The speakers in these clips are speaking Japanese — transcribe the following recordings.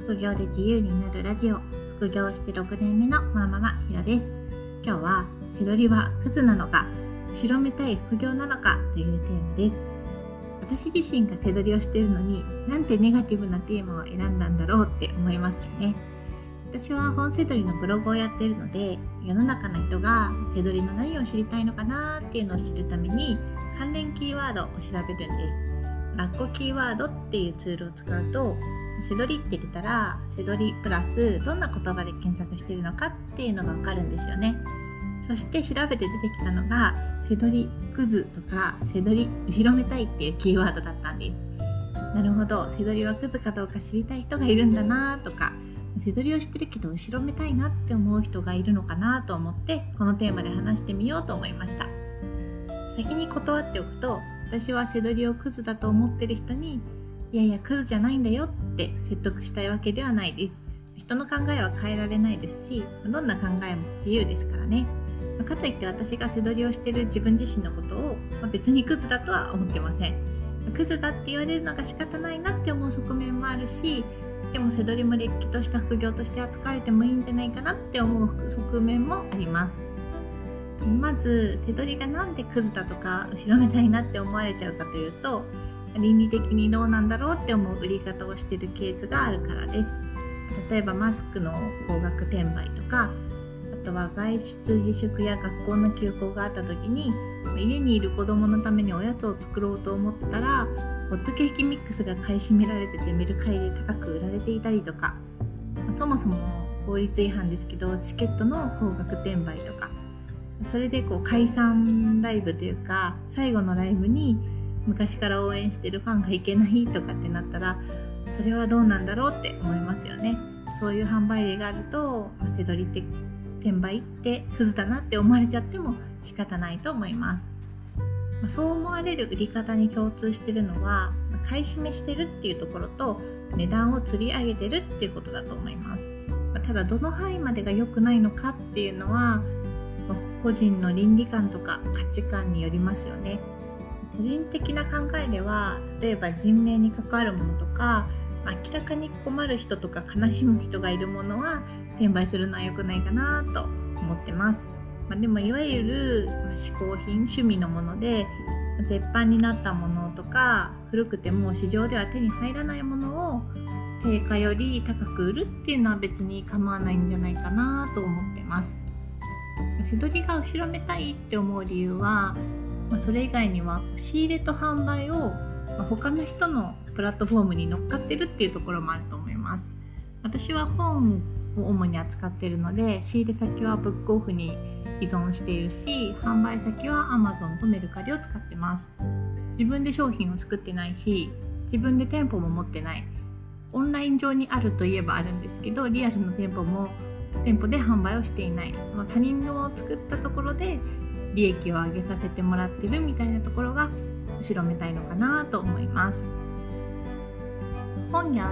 副業で自由になるラジオ、副業して6年目のママひろです。今日は背取りはクズなのか、後ろめたい副業なのかというテーマです。私自身が背取りをしているのに、なんてネガティブなテーマを選んだんだろうって思いますよね。私は本背取りのブログをやっているので、世の中の人が背取りの何を知りたいのかなっていうのを知るために関連キーワードを調べるんです。ラッコキーワードっていうツールを使うと、背取りって出たら背取りプラスどんな言葉で検索しているのかっていうのがわかるんですよね。そして調べて出てきたのが背取りクズとか背取り後ろめたいっていうキーワードだったんです。なるほど、背取りはクズかどうか知りたい人がいるんだなとか、背取りをしてるけど後ろめたいなって思う人がいるのかなと思って、このテーマで話してみようと思いました。先に断っておくと、私は背取りをクズだと思ってる人に、いやいやクズじゃないんだよって説得したいわけではないです。人の考えは変えられないですし、どんな考えも自由ですからね。かといって私が背取りをしている自分自身のことを別にクズだとは思ってません。クズだって言われるのが仕方ないなって思う側面もあるし、でも背取りもれっきとした副業として扱われてもいいんじゃないかなって思う側面もあります。まず背取りがなんでクズだとか後ろめたいなって思われちゃうかというと、倫理的にどうなんだろうって思う売り方をしているケースがあるからです。例えばマスクの高額転売とか、あとは外出自粛や学校の休校があった時に、家にいる子供のためにおやつを作ろうと思ったらホットケーキミックスが買い占められててメルカリで高く売られていたりとか、そもそも法律違反ですけどチケットの高額転売とか、それで解散ライブというか最後のライブに昔から応援してるファンが行けないとかってなったら、それはどうなんだろうって思いますよね。そういう販売例があると、背取りって転売ってクズだなって思われちゃっても仕方ないと思います。そう思われる売り方に共通しているのは、買い占めしてるっていうところと値段を釣り上げてるっていうことだと思います。ただどの範囲までが良くないのかっていうのは、個人の倫理観とか価値観によりますよね。個人的な考えでは、例えば人命に関わるものとか、明らかに困る人とか悲しむ人がいるものは転売するのは良くないかなと思ってます。でもいわゆる嗜好品、趣味のもので絶版になったものとか、古くても市場では手に入らないものを定価より高く売るっていうのは別に構わないんじゃないかなと思ってます。背取りが後ろめたいって思う理由は、それ以外には仕入れと販売を他の人のプラットフォームに乗っかってるっていうところもあると思います。私は本を主に扱っているので、仕入れ先はブックオフに依存しているし、販売先は Amazon とメルカリを使ってます。自分で商品を作ってないし、自分で店舗も持ってない。オンライン上にあるといえばあるんですけど、リアルの店舗で販売をしていない。他人の作ったところで利益を上げさせてもらってるみたいなところが後ろめたいのかなと思います。本や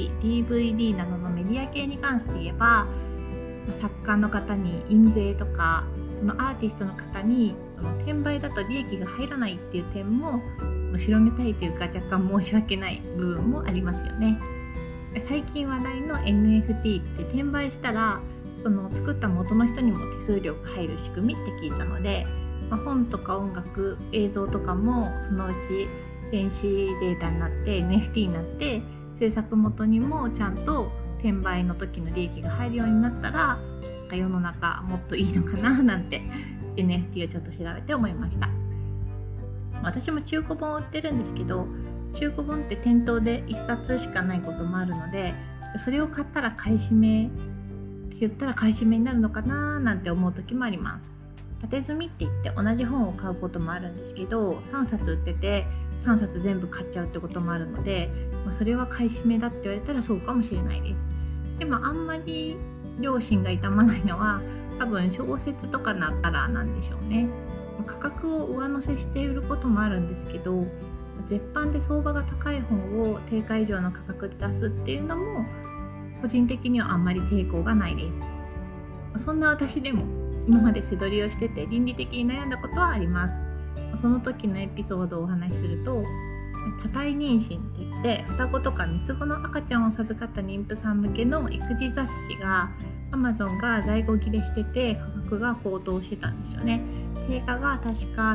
CD、DVD などのメディア系に関して言えば、作家の方に印税とか、そのアーティストの方にその転売だと利益が入らないっていう点も後ろめたいというか、若干申し訳ない部分もありますよね。最近話題の NFT って転売したらその作った元の人にも手数料が入る仕組みって聞いたので、本とか音楽、映像とかもそのうち電子データになって NFT になって制作元にもちゃんと転売の時の利益が入るようになったら、世の中もっといいのかななんて NFT をちょっと調べて思いました。私も中古本を売ってるんですけど、中古本って店頭で1冊しかないこともあるので、それを買ったら買い占めって言ったら買い占めになるのかななんて思う時もあります。縦積みって言って同じ本を買うこともあるんですけど、3冊売ってて3冊全部買っちゃうってこともあるので、それは買い占めだって言われたらそうかもしれないです。でもあんまり良心が痛まないのは多分小説とかだからなんでしょうね。価格を上乗せして売ることもあるんですけど、絶版で相場が高い本を定価以上の価格で出すっていうのも個人的にはあんまり抵抗がないです。そんな私でも今まで背取りをしてて倫理的に悩んだことはあります。その時のエピソードをお話しすると、 多胎妊娠って言って双子とか三つ子の赤ちゃんを授かった妊婦さん向けの育児雑誌が Amazon が在庫切れしてて価格が高騰してたんですよね。定価が確か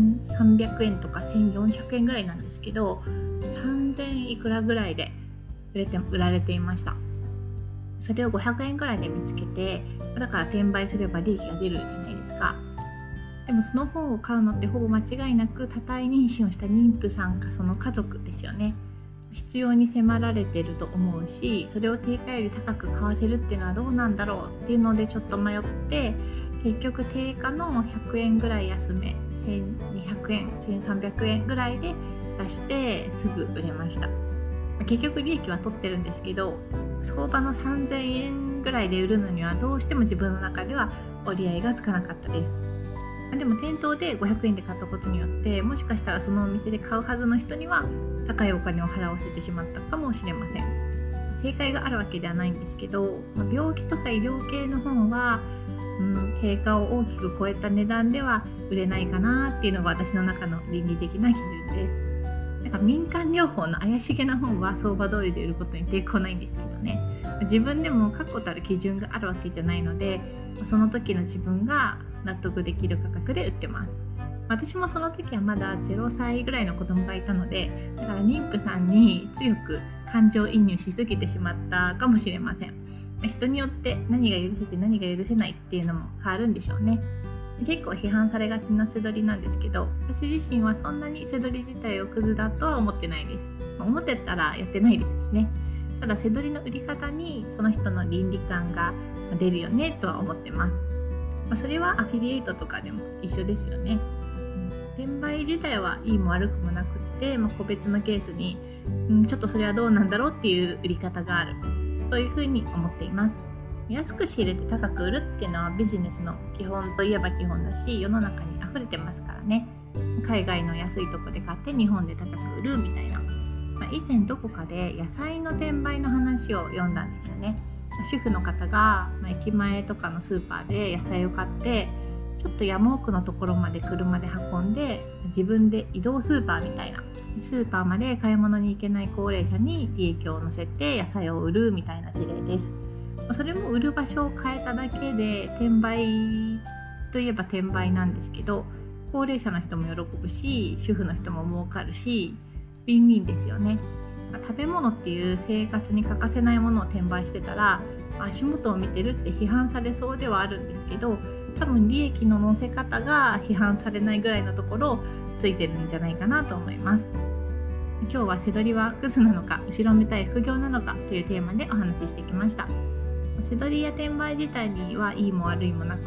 1300円とか1400円ぐらいなんですけど、3000いくらぐらいで売られていました。それを500円ぐらいで見つけて、だから転売すれば利益が出るじゃないですか。でもその本を買うのってほぼ間違いなく多胎妊娠をした妊婦さんかその家族ですよね。必要に迫られてると思うし、それを定価より高く買わせるっていうのはどうなんだろうっていうのでちょっと迷って、結局定価の100円ぐらい安め、1200円1300円ぐらいで出してすぐ売れました。結局利益は取ってるんですけど、相場の3000円ぐらいで売るのにはどうしても自分の中では折り合いがつかなかったです。でも店頭で500円で買ったことによって、もしかしたらそのお店で買うはずの人には高いお金を払わせてしまったかもしれません。正解があるわけではないんですけど、病気とか医療系の本は定価を大きく超えた値段では売れないかなっていうのが私の中の倫理的な基準です。民間療法の怪しげな本は相場通りで売ることに抵抗ないんですけどね。自分でも確固たる基準があるわけじゃないので、その時の自分が納得できる価格で売ってます。私もその時はまだ0歳ぐらいの子供がいたので、だから妊婦さんに強く感情移入しすぎてしまったかもしれません。人によって何が許せて何が許せないっていうのも変わるんでしょうね。結構批判されがちな背取りなんですけど、私自身はそんなに背取り自体をクズだとは思ってないです。思ってたらやってないですしね。ただ背取りの売り方にその人の倫理観が出るよねとは思ってます。それはアフィリエイトとかでも一緒ですよね。転売自体はいいも悪くもなくって、個別のケースにちょっとそれはどうなんだろうっていう売り方がある、そういうふうに思っています。安く仕入れて高く売るっていうのはビジネスの基本といえば基本だし、世の中に溢れてますからね。海外の安いとこで買って日本で高く売るみたいな、以前どこかで野菜の転売の話を読んだんですよね。主婦の方が駅前とかのスーパーで野菜を買って、ちょっと山奥のところまで車で運んで、自分で移動スーパーみたいな、スーパーまで買い物に行けない高齢者に利益を乗せて野菜を売るみたいな事例です。それも売る場所を変えただけで転売といえば転売なんですけど、高齢者の人も喜ぶし、主婦の人も儲かるし、ウィンウィンですよね。食べ物っていう生活に欠かせないものを転売してたら、足元を見てるって批判されそうではあるんですけど、多分利益の乗せ方が批判されないぐらいのところついてるんじゃないかなと思います。今日は背取りはクズなのか後ろめたい副業なのかというテーマでお話ししてきました。背取りや転売自体にはいいも悪いもなくって、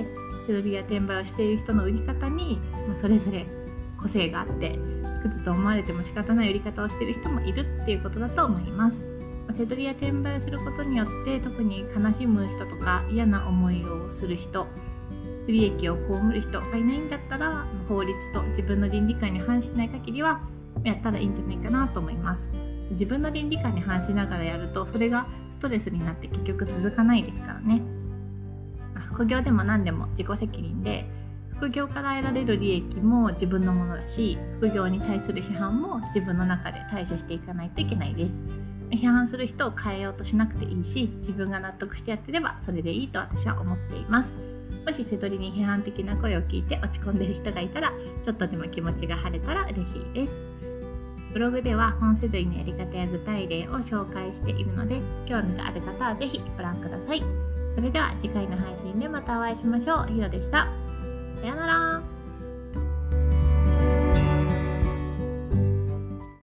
背取りや転売をしている人の売り方にそれぞれ個性があって、クズと思われても仕方ない売り方をしている人もいるっていうことだと思います。背取りや転売をすることによって特に悲しむ人とか嫌な思いをする人、不利益を被る人がいないんだったら、法律と自分の倫理観に反しない限りはやったらいいんじゃないかなと思います。自分の倫理観に反しながらやると、それがストレスになって結局続かないですからね。副業でも何でも自己責任で、副業から得られる利益も自分のものだし、副業に対する批判も自分の中で対処していかないといけないです。批判する人を変えようとしなくていいし、自分が納得してやってればそれでいいと私は思っています。もし背取りに批判的な声を聞いて落ち込んでる人がいたら、ちょっとでも気持ちが晴れたら嬉しいです。ブログでは本背取りのやり方や具体例を紹介しているので、興味がある方はぜひご覧ください。それでは次回の配信でまたお会いしましょう。ひろでした。さようなら。